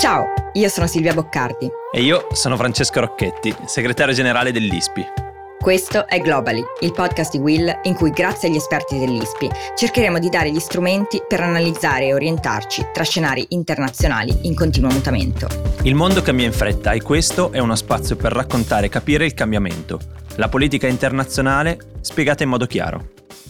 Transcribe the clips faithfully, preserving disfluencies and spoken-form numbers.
Ciao, io sono Silvia Boccardi. E io sono Francesco Rocchetti, segretario generale dell'I S P I. Questo è Globally, il podcast di Will in cui, grazie agli esperti dell'I S P I, cercheremo di dare gli strumenti per analizzare e orientarci tra scenari internazionali in continuo mutamento. Il mondo cambia in fretta e questo è uno spazio per raccontare e capire il cambiamento. La politica internazionale spiegata in modo chiaro.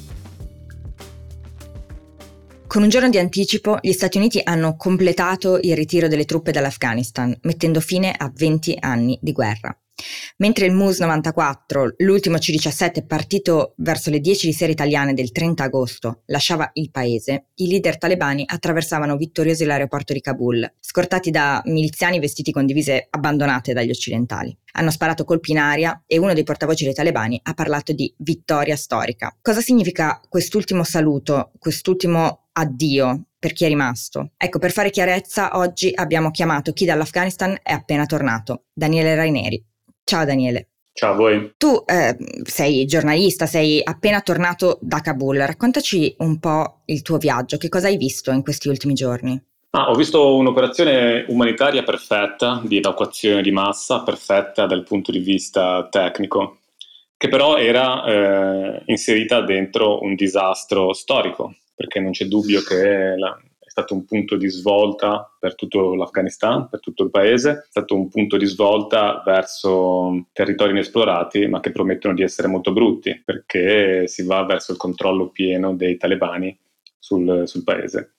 Con un giorno di anticipo, gli Stati Uniti hanno completato il ritiro delle truppe dall'Afghanistan, mettendo fine a venti anni di guerra. Mentre il M U S novantaquattro, l'ultimo C diciassette partito verso le dieci di sera italiane del trenta agosto, lasciava il paese, i leader talebani attraversavano vittoriosi l'aeroporto di Kabul, scortati da miliziani vestiti con divise abbandonate dagli occidentali. Hanno sparato colpi in aria e uno dei portavoce dei talebani ha parlato di vittoria storica. Cosa significa quest'ultimo saluto, quest'ultimo addio per chi è rimasto? Ecco, per fare chiarezza, oggi abbiamo chiamato chi dall'Afghanistan è appena tornato, Daniele Raineri. Ciao Daniele. Ciao a voi. Tu eh, sei giornalista, sei appena tornato da Kabul. Raccontaci un po' il tuo viaggio, che cosa hai visto in questi ultimi giorni? Ah, ho visto un'operazione umanitaria perfetta, di evacuazione di massa, perfetta dal punto di vista tecnico, che però era eh, inserita dentro un disastro storico, perché non c'è dubbio che la, è stato un punto di svolta per tutto l'Afghanistan, per tutto il paese, è stato un punto di svolta verso territori inesplorati, ma che promettono di essere molto brutti, perché si va verso il controllo pieno dei talebani sul, sul paese.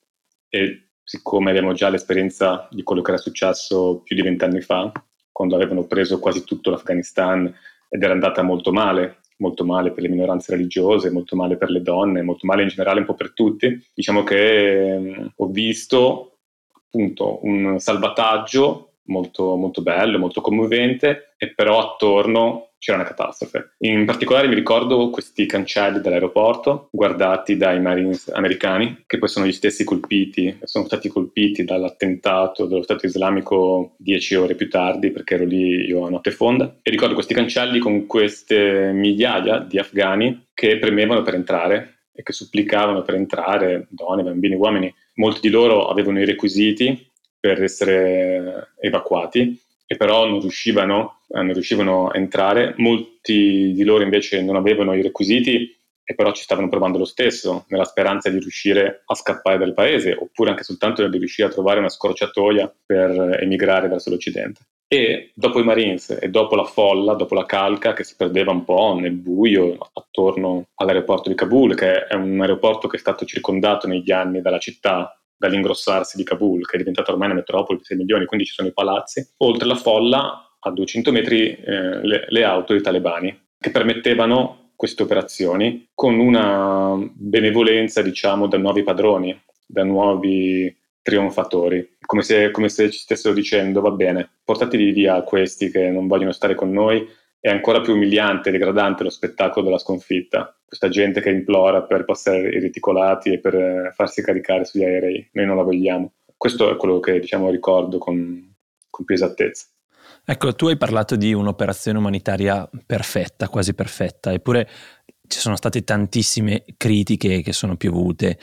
E siccome abbiamo già l'esperienza di quello che era successo più di vent'anni fa, quando avevano preso quasi tutto l'Afghanistan ed era andata molto male, molto male per le minoranze religiose, molto male per le donne, molto male in generale un po' per tutti, diciamo che eh, ho visto appunto un salvataggio molto, molto bello, molto commovente, e però attorno c'era una catastrofe. In particolare mi ricordo questi cancelli dell'aeroporto guardati dai Marines americani, che poi sono gli stessi colpiti, sono stati colpiti dall'attentato dello Stato Islamico dieci ore più tardi, perché ero lì io a notte fonda, e ricordo questi cancelli con queste migliaia di afghani che premevano per entrare e che supplicavano per entrare, donne, bambini, uomini. Molti di loro avevano i requisiti per essere evacuati, e però non riuscivano, eh, non riuscivano a entrare. Molti di loro invece non avevano i requisiti e però ci stavano provando lo stesso, nella speranza di riuscire a scappare dal paese, oppure anche soltanto di riuscire a trovare una scorciatoia per emigrare verso l'Occidente. E dopo i Marines e dopo la folla, dopo la calca che si perdeva un po' nel buio attorno all'aeroporto di Kabul, che è un aeroporto che è stato circondato negli anni dalla città, dall'ingrossarsi di Kabul, che è diventata ormai una metropoli di sei milioni, quindi ci sono i palazzi. Oltre la folla, a duecento metri, eh, le, le auto dei talebani, che permettevano queste operazioni con una benevolenza, diciamo, da nuovi padroni, da nuovi trionfatori, come se, come se ci stessero dicendo: va bene, portatevi via questi che non vogliono stare con noi. È ancora più umiliante e degradante lo spettacolo della sconfitta. Questa gente che implora per passare i reticolati e per farsi caricare sugli aerei. Noi non la vogliamo. Questo è quello che, diciamo, ricordo con, con più esattezza. Ecco, tu hai parlato di un'operazione umanitaria perfetta, quasi perfetta, eppure ci sono state tantissime critiche che sono piovute.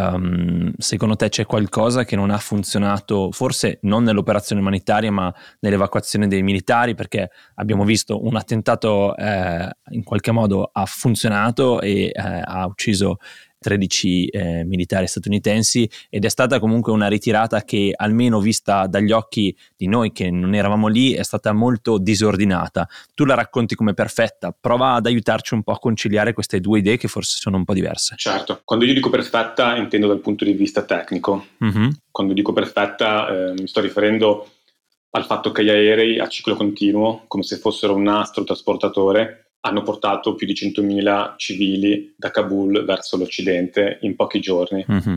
Um, secondo te c'è qualcosa che non ha funzionato, forse non nell'operazione umanitaria ma nell'evacuazione dei militari? Perché abbiamo visto un attentato eh, in qualche modo ha funzionato e eh, ha ucciso tredici eh, militari statunitensi, ed è stata comunque una ritirata che, almeno vista dagli occhi di noi che non eravamo lì, è stata molto disordinata. Tu la racconti come perfetta, prova ad aiutarci un po' a conciliare queste due idee che forse sono un po' diverse. Certo, quando io dico perfetta intendo dal punto di vista tecnico. Mm-hmm. Quando dico perfetta eh, mi sto riferendo al fatto che gli aerei a ciclo continuo, come se fossero un nastro trasportatore, hanno portato più di centomila civili da Kabul verso l'Occidente in pochi giorni. Mm-hmm.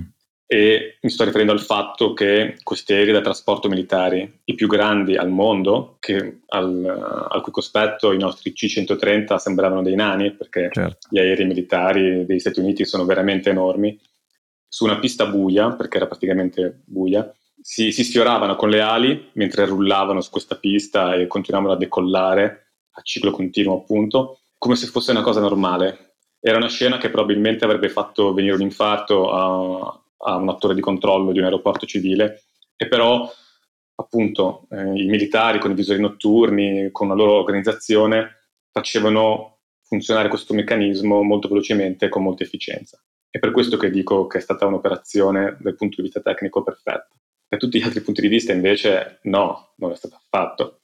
E mi sto riferendo al fatto che questi aerei da trasporto militari, i più grandi al mondo, che al, al cui cospetto i nostri C centotrenta sembravano dei nani, perché certo, gli aerei militari degli Stati Uniti sono veramente enormi, su una pista buia, perché era praticamente buia, si, si sfioravano con le ali mentre rullavano su questa pista e continuavano a decollare a ciclo continuo, appunto, come se fosse una cosa normale. Era una scena che probabilmente avrebbe fatto venire un infarto a, a un attore di controllo di un aeroporto civile, e però appunto eh, i militari con i visori notturni, con la loro organizzazione, facevano funzionare questo meccanismo molto velocemente e con molta efficienza. È per questo che dico che è stata un'operazione dal punto di vista tecnico perfetta. Da tutti gli altri punti di vista invece no, non è stato affatto.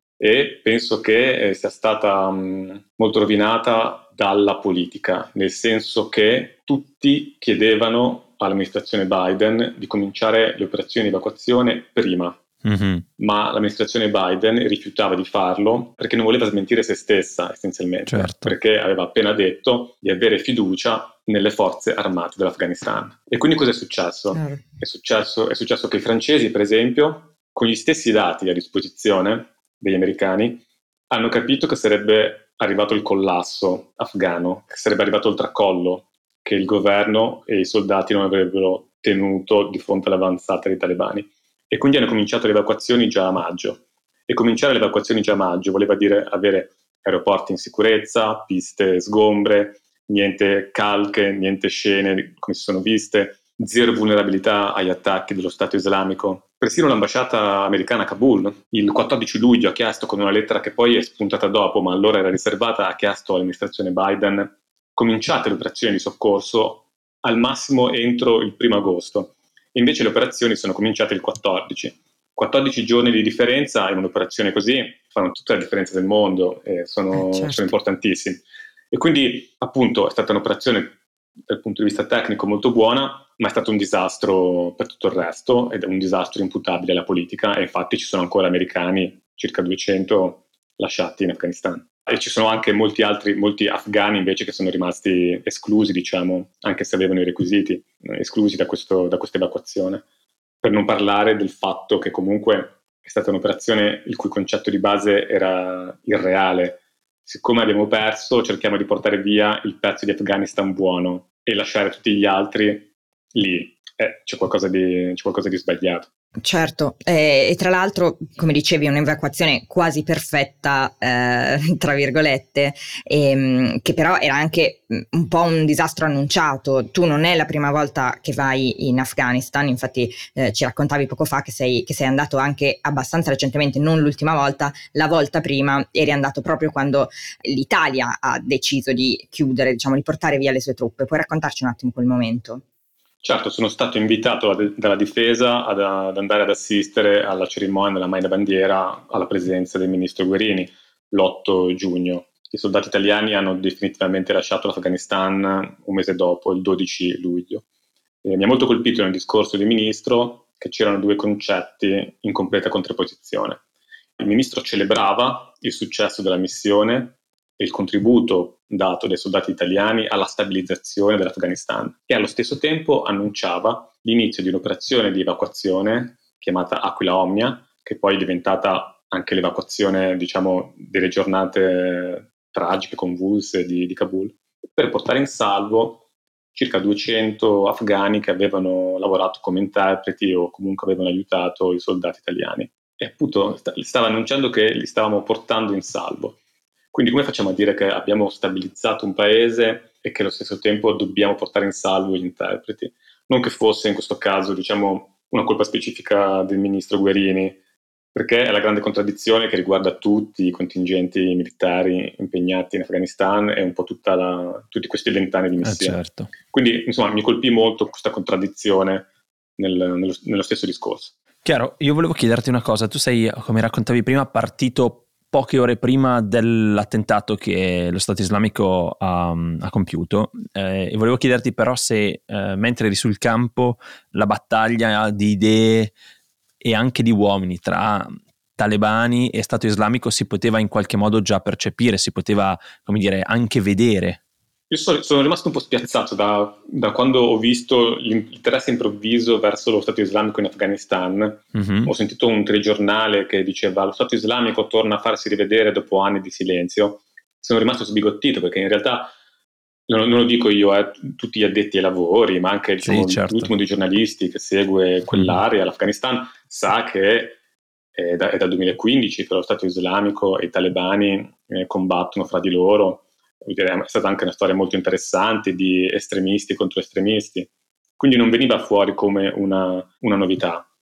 E penso che eh, sia stata mh, molto rovinata dalla politica, nel senso che tutti chiedevano all'amministrazione Biden di cominciare le operazioni di evacuazione prima. Mm-hmm. Ma l'amministrazione Biden rifiutava di farlo perché non voleva smentire se stessa, essenzialmente, certo. Perché aveva appena detto di avere fiducia nelle forze armate dell'Afghanistan. E quindi cosa è successo? Mm. È successo, è successo che i francesi, per esempio, con gli stessi dati a disposizione degli americani, hanno capito che sarebbe arrivato il collasso afghano, che sarebbe arrivato il tracollo, che il governo e i soldati non avrebbero tenuto di fronte all'avanzata dei talebani. E quindi hanno cominciato le evacuazioni già a maggio. E cominciare le evacuazioni già a maggio voleva dire avere aeroporti in sicurezza, piste sgombre, niente calche, niente scene come si sono viste, zero vulnerabilità agli attacchi dello Stato islamico. Persino l'ambasciata americana a Kabul il quattordici luglio ha chiesto, con una lettera che poi è spuntata dopo, ma allora era riservata, ha chiesto all'amministrazione Biden: cominciate le operazioni di soccorso al massimo entro il primo agosto. E invece le operazioni sono cominciate il quattordici. quattordici giorni di differenza in un'operazione così fanno tutta la differenza del mondo e sono, eh, certo. sono importantissimi. E quindi appunto è stata un'operazione dal punto di vista tecnico molto buona, ma è stato un disastro per tutto il resto ed è un disastro imputabile alla politica, e infatti ci sono ancora americani, circa duecento, lasciati in Afghanistan. E ci sono anche molti altri, molti afghani invece che sono rimasti esclusi, diciamo, anche se avevano i requisiti, esclusi da, questo, da questa evacuazione. Per non parlare del fatto che comunque è stata un'operazione il cui concetto di base era irreale. Siccome abbiamo perso, cerchiamo di portare via il pezzo di Afghanistan buono e lasciare tutti gli altri lì. Eh, c'è qualcosa di, c'è qualcosa di sbagliato. Certo, eh, e tra l'altro, come dicevi, un'evacuazione quasi perfetta, eh, tra virgolette, ehm, che però era anche un po' un disastro annunciato. Tu non è la prima volta che vai in Afghanistan, infatti eh, ci raccontavi poco fa che sei, che sei andato anche abbastanza recentemente, non l'ultima volta, la volta prima eri andato proprio quando l'Italia ha deciso di chiudere, diciamo, di portare via le sue truppe. Puoi raccontarci un attimo quel momento? Certo, sono stato invitato dalla difesa ad, ad andare ad assistere alla cerimonia della Maina Bandiera alla presenza del ministro Guerini l'otto giugno. I soldati italiani hanno definitivamente lasciato l'Afghanistan un mese dopo, il dodici luglio. E mi ha molto colpito nel discorso del ministro che c'erano due concetti in completa contrapposizione. Il ministro celebrava il successo della missione e il contributo dato dai soldati italiani alla stabilizzazione dell'Afghanistan, e allo stesso tempo annunciava l'inizio di un'operazione di evacuazione chiamata Aquila Omnia, che poi è diventata anche l'evacuazione, diciamo, delle giornate tragiche, convulse di, di Kabul, per portare in salvo circa duecento afghani che avevano lavorato come interpreti o comunque avevano aiutato i soldati italiani. E appunto stava annunciando che li stavamo portando in salvo. Quindi come facciamo a dire che abbiamo stabilizzato un paese e che allo stesso tempo dobbiamo portare in salvo gli interpreti? Non che fosse in questo caso, diciamo, una colpa specifica del ministro Guerini, perché è la grande contraddizione che riguarda tutti i contingenti militari impegnati in Afghanistan e un po' tutta la, tutti questi vent'anni di missione. Eh certo. Quindi insomma mi colpì molto questa contraddizione nel, nello, nello stesso discorso. Chiaro, io volevo chiederti una cosa. Tu sei, come raccontavi prima, partito poche ore prima dell'attentato che lo Stato islamico ha, ha compiuto, eh, e volevo chiederti però se eh, mentre eri sul campo la battaglia di idee e anche di uomini tra talebani e Stato islamico si poteva in qualche modo già percepire, si poteva, come dire, anche vedere. Io sono, sono rimasto un po' spiazzato da, da quando ho visto l'interesse improvviso verso lo Stato islamico in Afghanistan. Mm-hmm. Ho sentito un telegiornale che diceva lo Stato islamico torna a farsi rivedere dopo anni di silenzio. Sono rimasto sbigottito perché in realtà, non, non lo dico io, eh, tutti gli addetti ai lavori, ma anche diciamo, sì, certo. l'ultimo dei giornalisti che segue quell'area, mm-hmm. l'Afghanistan, sa che è, da, è dal duemilaquindici che lo Stato islamico e i talebani eh, combattono fra di loro. È stata anche una storia molto interessante di estremisti contro estremisti, quindi non veniva fuori come una, una novità.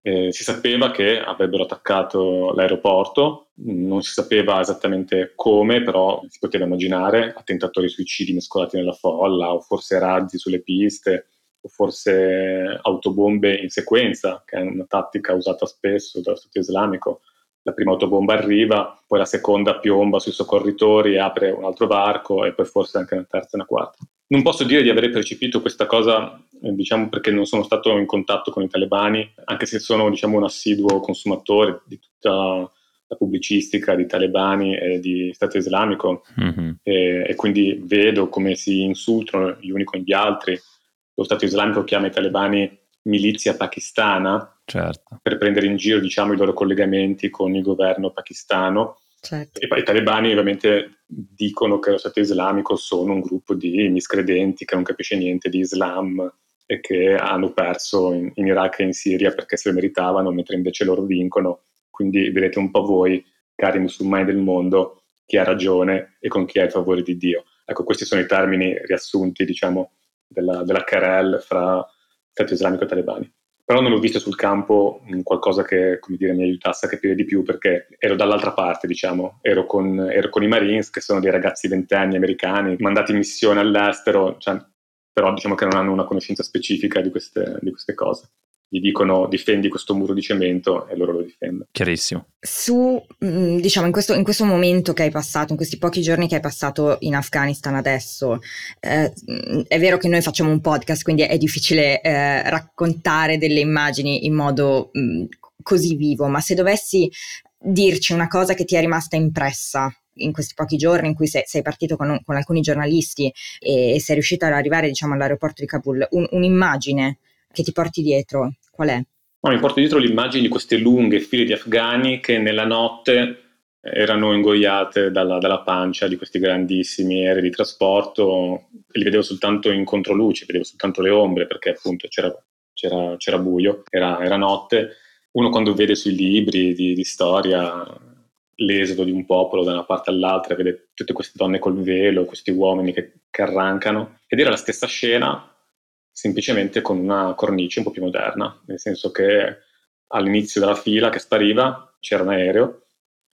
Eh, si sapeva che avrebbero attaccato l'aeroporto, non si sapeva esattamente come, però si poteva immaginare attentatori suicidi mescolati nella folla, o forse razzi sulle piste, o forse autobombe in sequenza, che è una tattica usata spesso dallo Stato Islamico. La prima autobomba arriva, poi la seconda piomba sui soccorritori, apre un altro varco e poi forse anche una terza e una quarta. Non posso dire di aver percepito questa cosa, eh, diciamo, perché non sono stato in contatto con i talebani, anche se sono, diciamo, un assiduo consumatore di tutta la pubblicistica di talebani e di Stato Islamico, mm-hmm. e, e quindi vedo come si insultano gli uni con gli altri. Lo Stato Islamico chiama i talebani milizia pakistana, certo, per prendere in giro, diciamo, i loro collegamenti con il governo pakistano. Certo. E poi i talebani ovviamente dicono che lo Stato Islamico sono un gruppo di miscredenti che non capisce niente di Islam e che hanno perso in, in Iraq e in Siria perché se lo meritavano, mentre invece loro vincono. Quindi vedete un po' voi, cari musulmani del mondo, chi ha ragione e con chi ha il favore di Dio. Ecco, questi sono i termini riassunti, diciamo, della, della querelle fra Stato Islamico e talebani. Però non l'ho visto sul campo in qualcosa che, come dire, mi aiutasse a capire di più, perché ero dall'altra parte, diciamo, ero con, ero con i Marines, che sono dei ragazzi ventenni americani, mandati in missione all'estero, cioè, però diciamo che non hanno una conoscenza specifica di queste, di queste cose. Gli dicono difendi questo muro di cemento e loro lo difendono. Chiarissimo. Su, diciamo, in questo, in questo momento che hai passato, in questi pochi giorni che hai passato in Afghanistan adesso, eh, è vero che noi facciamo un podcast, quindi è difficile eh, raccontare delle immagini in modo mh, così vivo, ma se dovessi dirci una cosa che ti è rimasta impressa in questi pochi giorni in cui sei, sei partito con, con alcuni giornalisti e, e sei riuscito ad arrivare, diciamo, all'aeroporto di Kabul, un, un'immagine che ti porti dietro, qual è? No, mi porto dietro l'immagine di queste lunghe file di afghani che nella notte erano ingoiate dalla, dalla pancia di questi grandissimi aerei di trasporto, e li vedevo soltanto in controluce, vedevo soltanto le ombre perché appunto c'era, c'era, c'era buio, era, era notte. Uno quando vede sui libri di, di storia l'esodo di un popolo da una parte all'altra, vede tutte queste donne col velo, questi uomini che, che arrancano, ed era la stessa scena semplicemente con una cornice un po' più moderna, nel senso che all'inizio della fila che spariva c'era un aereo,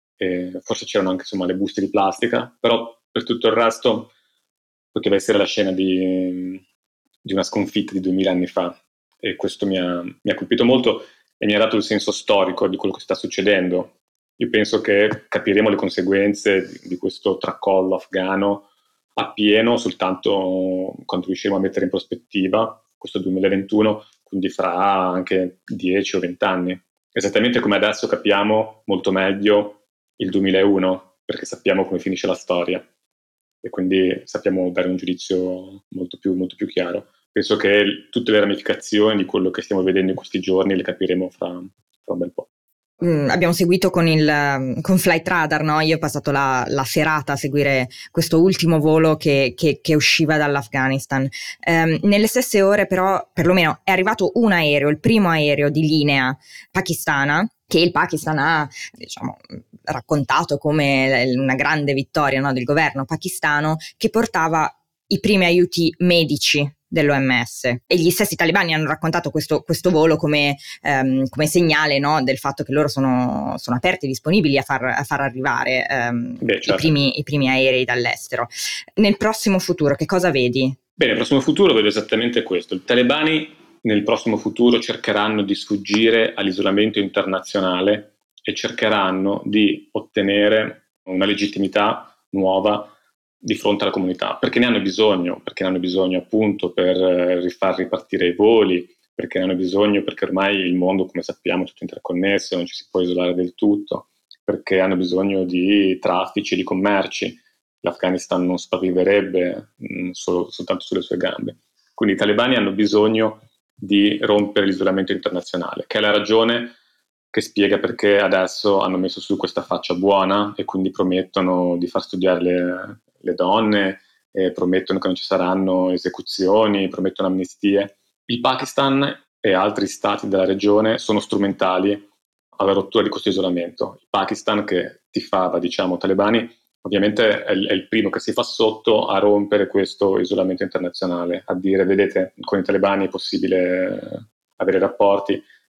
e forse c'erano anche, insomma, le buste di plastica, però per tutto il resto poteva essere la scena di, di una sconfitta di duemila anni fa, e questo mi ha, mi ha colpito molto e mi ha dato il senso storico di quello che sta succedendo. Io penso che capiremo le conseguenze di, di questo tracollo afghano appieno soltanto quando riusciremo a mettere in prospettiva questo duemilaventuno, quindi fra anche dieci o venti anni. Esattamente come adesso capiamo molto meglio il duemilauno, perché sappiamo come finisce la storia e quindi sappiamo dare un giudizio molto più, molto più chiaro. Penso che tutte le ramificazioni di quello che stiamo vedendo in questi giorni le capiremo fra, fra un bel po'. Mm, abbiamo seguito con il con Flight Radar, no? Io ho passato la, la serata a seguire questo ultimo volo che, che, che usciva dall'Afghanistan. Um, nelle stesse ore però, perlomeno, è arrivato un aereo, il primo aereo di linea pakistana, che il Pakistan ha, diciamo, raccontato come una grande vittoria, no, del governo pakistano, che portava i primi aiuti medici dell'O M S, e gli stessi talebani hanno raccontato questo, questo volo come, um, come segnale, no, del fatto che loro sono, sono aperti e disponibili a far, a far arrivare um, Beh, certo. i, primi, i primi aerei dall'estero. Nel prossimo futuro che cosa vedi? Beh, nel prossimo futuro vedo esattamente questo. I talebani nel prossimo futuro cercheranno di sfuggire all'isolamento internazionale e cercheranno di ottenere una legittimità nuova di fronte alla comunità, perché ne hanno bisogno, perché ne hanno bisogno appunto per rifar ripartire i voli, perché ne hanno bisogno perché ormai il mondo, come sappiamo, è tutto interconnesso, non ci si può isolare del tutto, perché hanno bisogno di traffici, di commerci. L'Afghanistan non sopravviverebbe mh, solo, soltanto sulle sue gambe. Quindi i talebani hanno bisogno di rompere l'isolamento internazionale, che è la ragione che spiega perché adesso hanno messo su questa faccia buona e quindi promettono di far studiare le, le donne, eh, promettono che non ci saranno esecuzioni, promettono amnistie. Il Pakistan e altri stati della regione sono strumentali alla rottura di questo isolamento. Il Pakistan, che tifava, diciamo, talebani, ovviamente è il, è il primo che si fa sotto a rompere questo isolamento internazionale, a dire, vedete, con i talebani è possibile avere rapporti, ci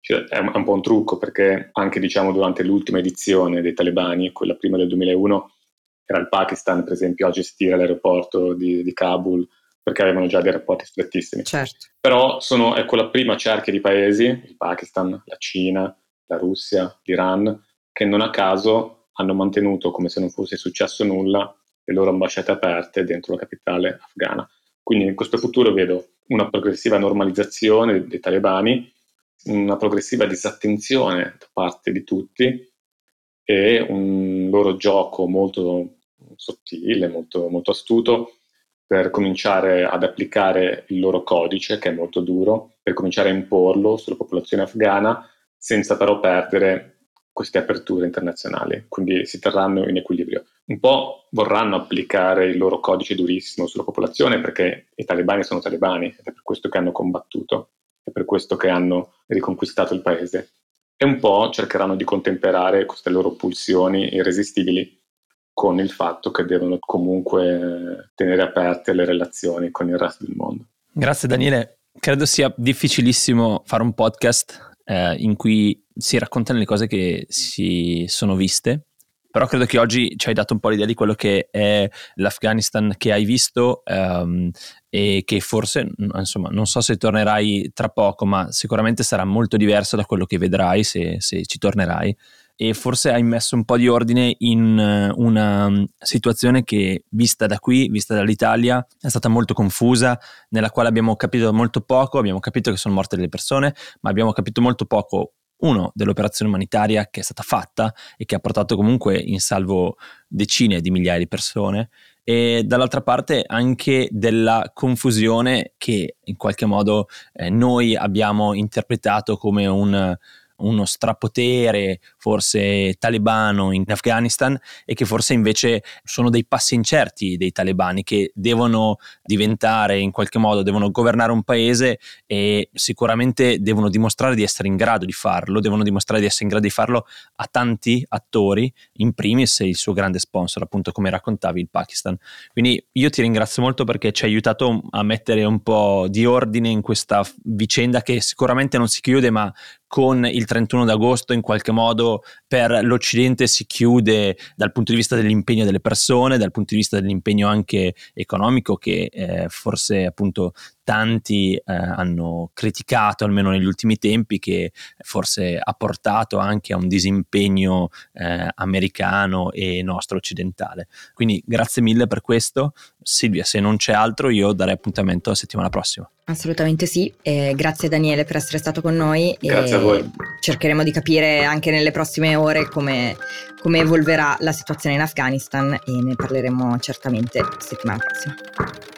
cioè, è un po' un trucco, perché anche diciamo durante l'ultima edizione dei talebani, quella prima del duemilauno, era il Pakistan per esempio a gestire l'aeroporto di, di Kabul, perché avevano già dei rapporti strettissimi. Certo. Però sono, è quella prima cerchia di paesi, il Pakistan, la Cina, la Russia, l'Iran, che non a caso hanno mantenuto, come se non fosse successo nulla, le loro ambasciate aperte dentro la capitale afghana. Quindi in questo futuro vedo una progressiva normalizzazione dei talebani, una progressiva disattenzione da parte di tutti e un loro gioco molto sottile, molto, molto astuto per cominciare ad applicare il loro codice, che è molto duro, per cominciare a imporlo sulla popolazione afghana, senza però perdere queste aperture internazionali. Quindi si terranno in equilibrio. Un po' vorranno applicare il loro codice durissimo sulla popolazione, perché i talebani sono talebani, ed è per questo che hanno combattuto, è per questo che hanno riconquistato il paese. E un po' cercheranno di contemperare queste loro pulsioni irresistibili con il fatto che devono comunque tenere aperte le relazioni con il resto del mondo. Grazie Daniele, credo sia difficilissimo fare un podcast eh, in cui si raccontano le cose che si sono viste, però credo che oggi ci hai dato un po' l'idea di quello che è l'Afghanistan che hai visto ehm, e che forse, insomma, non so se tornerai tra poco, ma sicuramente sarà molto diverso da quello che vedrai se, se ci tornerai. E forse hai messo un po' di ordine in una situazione che, vista da qui, vista dall'Italia, è stata molto confusa, nella quale abbiamo capito molto poco. Abbiamo capito che sono morte delle persone, ma abbiamo capito molto poco, uno, dell'operazione umanitaria che è stata fatta e che ha portato comunque in salvo decine di migliaia di persone, e dall'altra parte anche della confusione che in qualche modo eh, noi abbiamo interpretato come un uno strapotere forse talebano in Afghanistan, e che forse invece sono dei passi incerti dei talebani che devono diventare in qualche modo, devono governare un paese e sicuramente devono dimostrare di essere in grado di farlo, devono dimostrare di essere in grado di farlo a tanti attori, in primis il suo grande sponsor, appunto come raccontavi, il Pakistan. Quindi io ti ringrazio molto perché ci hai aiutato a mettere un po' di ordine in questa vicenda che sicuramente non si chiude, ma con il trentuno d'agosto in qualche modo per l'Occidente si chiude dal punto di vista dell'impegno delle persone, dal punto di vista dell'impegno anche economico che eh, forse appunto tanti eh, hanno criticato, almeno negli ultimi tempi, che forse ha portato anche a un disimpegno eh, americano e nostro occidentale. Quindi grazie mille per questo. Silvia, se non c'è altro io darei appuntamento la settimana prossima. Assolutamente sì, e grazie Daniele per essere stato con noi. Grazie e a voi. Cercheremo di capire anche nelle prossime ore come, come evolverà la situazione in Afghanistan, e ne parleremo certamente settimana prossima.